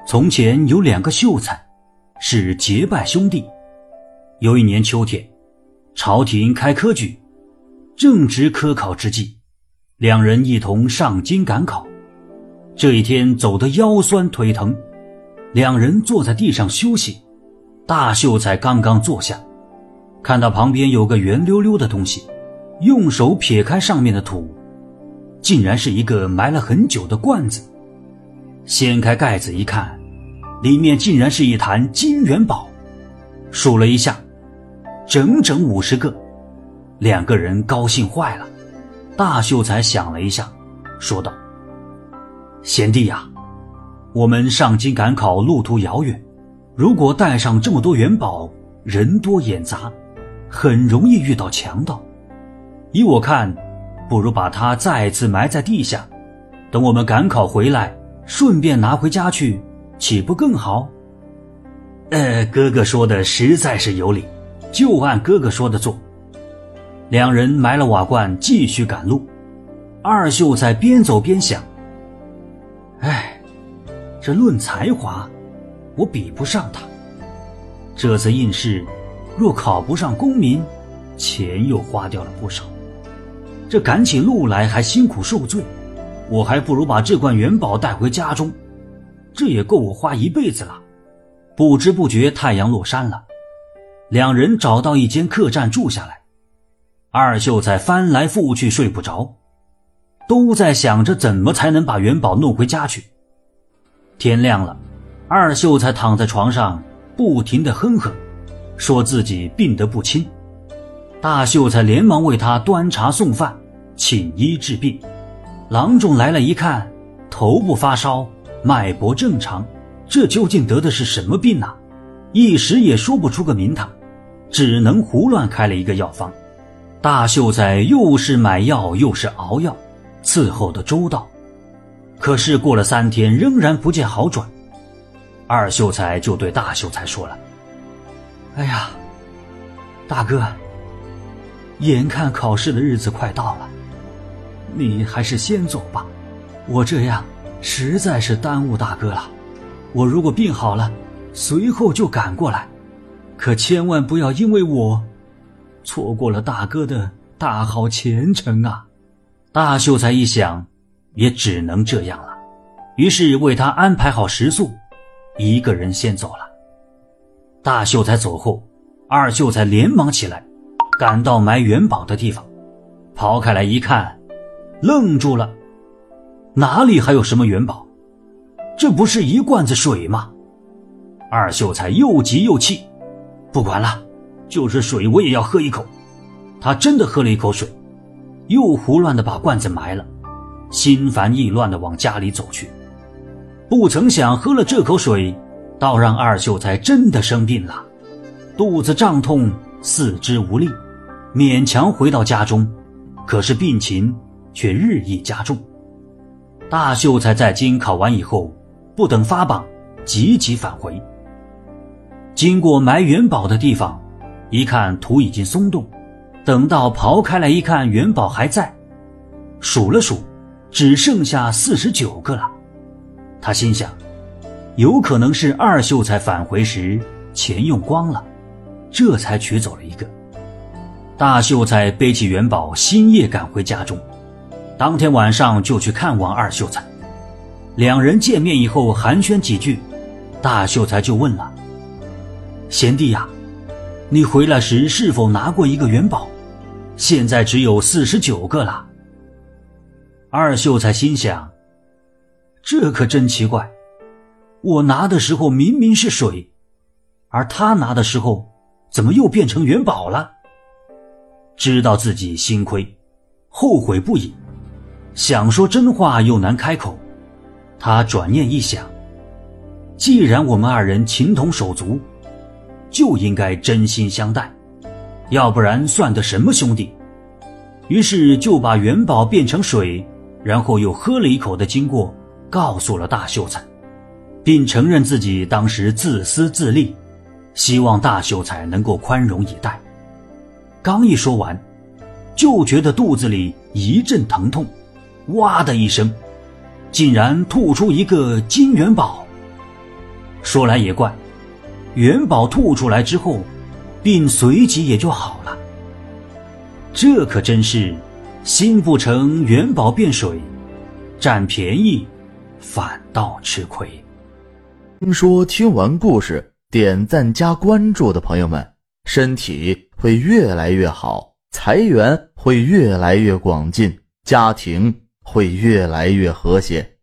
从前有2个秀才，是结拜兄弟。有一年秋天，朝廷开科举，正值科考之际，2人一同上京赶考。这一天走得腰酸腿疼，2人坐在地上休息。大秀才刚刚坐下，看到旁边有个圆溜溜的东西，用手撇开上面的土，竟然是一个埋了很久的罐子。掀开盖子一看，里面竟然是一坛金元宝，数了一下，整整50个。2个人高兴坏了。大秀才想了一下，说道：贤弟呀，我们上京赶考路途遥远，如果带上这么多元宝，人多眼杂，很容易遇到强盗。依我看，不如把它再次埋在地下，等我们赶考回来，顺便拿回家去，岂不更好？哥哥说的实在是有理，就按哥哥说的做。2人埋了瓦罐，继续赶路。二秀才边走边想，这论才华，我比不上他。这次应试，若考不上功名，钱又花掉了不少。这赶起路来还辛苦受罪，我还不如把这罐元宝带回家中，这也够我花一辈子了。不知不觉太阳落山了，2人找到一间客栈住下来。二秀才翻来覆去睡不着，都在想着怎么才能把元宝弄回家去。天亮了，二秀才躺在床上不停地哼哼，说自己病得不轻。大秀才连忙为他端茶送饭，请医治病。郎中来了一看，头部发烧，脉搏正常，这究竟得的是什么病啊？一时也说不出个名堂，只能胡乱开了一个药方。大秀才又是买药又是熬药，伺候的周到。可是过了3天，仍然不见好转。二秀才就对大秀才说了：大哥，眼看考试的日子快到了，你还是先走吧，我这样实在是耽误大哥了。我如果病好了，随后就赶过来，可千万不要因为我错过了大哥的大好前程啊。大秀才一想，也只能这样了，于是为他安排好食宿，一个人先走了。大秀才走后，二秀才连忙起来，赶到埋元宝的地方，刨开来一看，愣住了。哪里还有什么元宝？这不是一罐子水吗？二秀才又急又气，不管了，就是水我也要喝一口。他真的喝了一口水，又胡乱地把罐子埋了，心烦意乱地往家里走去。不曾想喝了这口水，倒让二秀才真的生病了，肚子胀痛，四肢无力，勉强回到家中，可是病情却日益加重。大秀才在京考完以后，不等发榜，急急返回。经过埋元宝的地方，一看土已经松动，等到刨开来一看，元宝还在，数了数，只剩下49个了。他心想，有可能是二秀才返回时钱用光了，这才取走了一个。大秀才背起元宝，星夜赶回家中，当天晚上就去看望二秀才。2人见面以后寒暄几句，大秀才就问了：贤弟呀，你回来时是否拿过一个元宝？现在只有49个了。二秀才心想，这可真奇怪，我拿的时候明明是水，而他拿的时候怎么又变成元宝了？知道自己心亏，后悔不已，想说真话又难开口。他转念一想，既然我们2人情同手足，就应该真心相待，要不然算得什么兄弟？于是就把元宝变成水，然后又喝了一口的经过告诉了大秀才，并承认自己当时自私自利，希望大秀才能够宽容以待。刚一说完，就觉得肚子里一阵疼痛，哇的一声，竟然吐出一个金元宝。 说来也怪，元宝吐出来之后，病随即也就好了。这可真是心不成元宝变水，占便宜反倒吃亏。 听说听完故事点赞加关注的朋友们，身体会越来越好，财源会越来越广进，家庭会越来越和谐。